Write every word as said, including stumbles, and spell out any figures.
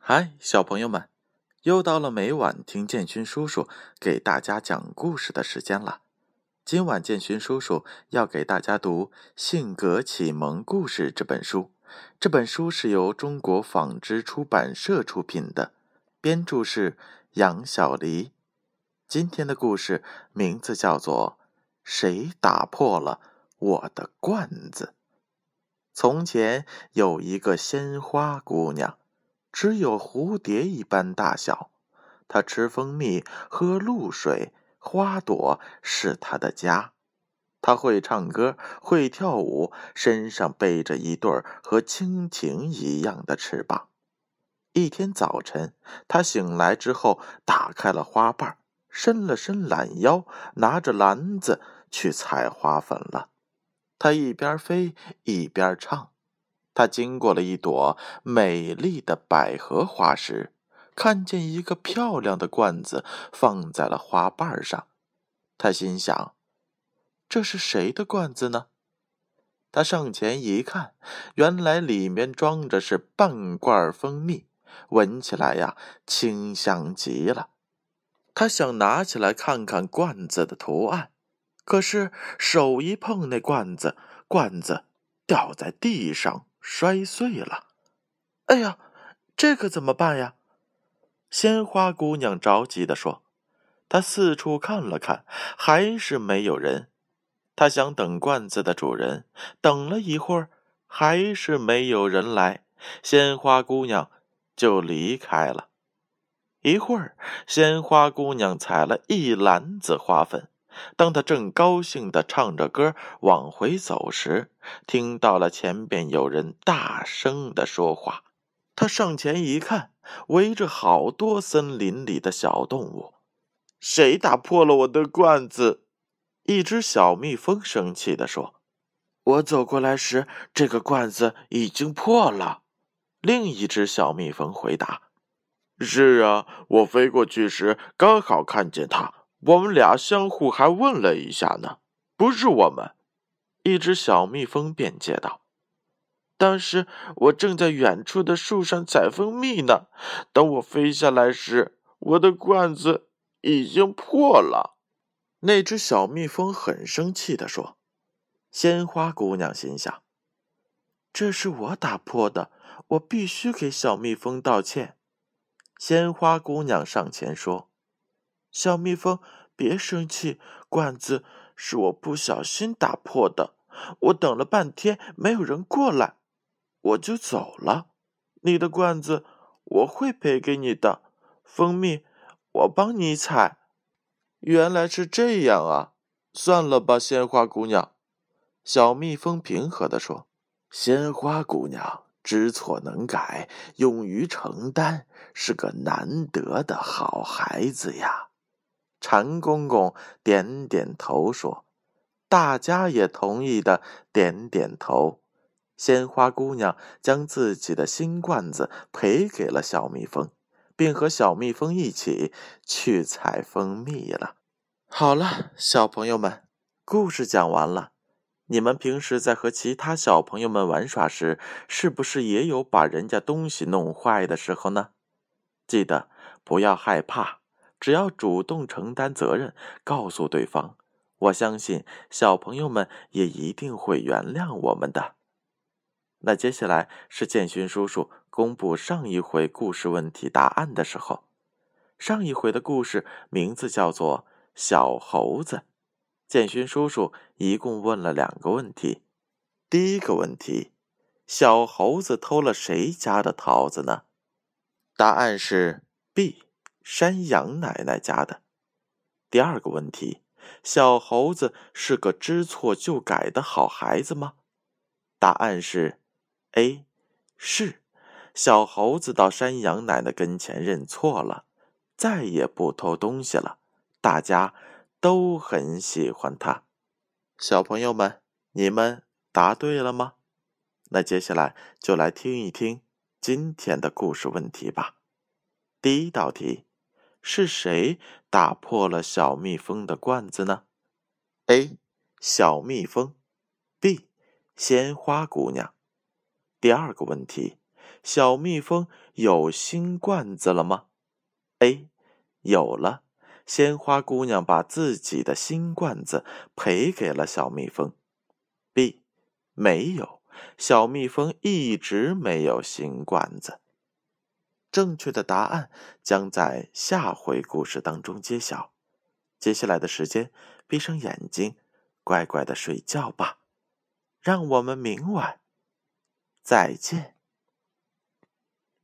嗨，小朋友们，又到了每晚听建勋叔叔给大家讲故事的时间了。今晚建勋叔叔要给大家读《性格启蒙故事》这本书。这本书是由中国纺织出版社出品的，编著是杨小黎。今天的故事名字叫做《谁打破了我的罐子》。从前有一个鲜花姑娘，只有蝴蝶一般大小，她吃蜂蜜，喝露水，花朵是她的家。她会唱歌，会跳舞，身上背着一对和蜻蜓一样的翅膀。一天早晨，她醒来之后，打开了花瓣，伸了伸懒腰，拿着篮子去采花粉了。她一边飞一边唱。他经过了一朵美丽的百合花时，看见一个漂亮的罐子放在了花瓣上。他心想，这是谁的罐子呢？他上前一看，原来里面装着是半罐蜂蜜，闻起来呀，清香极了。他想拿起来看看罐子的图案，可是手一碰那罐子，罐子掉在地上摔碎了。哎呀，这可怎么办呀？鲜花姑娘着急地说。她四处看了看，还是没有人。她想等罐子的主人，等了一会儿，还是没有人来，鲜花姑娘就离开了。一会儿，鲜花姑娘采了一篮子花粉。当她正高兴地唱着歌往回走时，听到了前边有人大声地说话。她上前一看，围着好多森林里的小动物。谁打破了我的罐子？一只小蜜蜂生气地说。我走过来时，这个罐子已经破了。另一只小蜜蜂回答。是啊，我飞过去时刚好看见它，我们俩相互还问了一下呢。不是我们，一只小蜜蜂辩解道。当时我正在远处的树上采蜂蜜呢，等我飞下来时，我的罐子已经破了。那只小蜜蜂很生气地说。鲜花姑娘心想，这是我打破的，我必须给小蜜蜂道歉。鲜花姑娘上前说，小蜜蜂，别生气，罐子是我不小心打破的，我等了半天没有人过来，我就走了。你的罐子我会赔给你的，蜂蜜我帮你采。原来是这样啊，算了吧，鲜花姑娘。小蜜蜂平和地说。鲜花姑娘知错能改，勇于承担，是个难得的好孩子呀。蝉公公点点头说。大家也同意的点点头。鲜花姑娘将自己的新罐子赔给了小蜜蜂，并和小蜜蜂一起去采蜂蜜了。好了，小朋友们，故事讲完了。你们平时在和其他小朋友们玩耍时，是不是也有把人家东西弄坏的时候呢？记得不要害怕，只要主动承担责任，告诉对方，我相信小朋友们也一定会原谅我们的。那接下来是建勋叔叔公布上一回故事问题答案的时候。上一回的故事名字叫做小猴子。建勋叔叔一共问了两个问题。第一个问题，小猴子偷了谁家的桃子呢？答案是 B， 山羊奶奶家的。第二个问题，小猴子是个知错就改的好孩子吗？答案是 A， 是。小猴子到山羊奶奶跟前认错了，再也不偷东西了，大家都很喜欢他。小朋友们，你们答对了吗？那接下来就来听一听今天的故事问题吧。第一道题，是谁打破了小蜜蜂的罐子呢？ A， 小蜜蜂。 B， 鲜花姑娘。第二个问题， 小蜜蜂有新罐子了吗 ？A. 有了，鲜花姑娘把自己的新罐子赔给了小蜜蜂。B. 没有，小蜜蜂一直没有新罐子。正确的答案将在下回故事当中揭晓。接下来的时间，闭上眼睛，乖乖的睡觉吧。让我们明晚再见。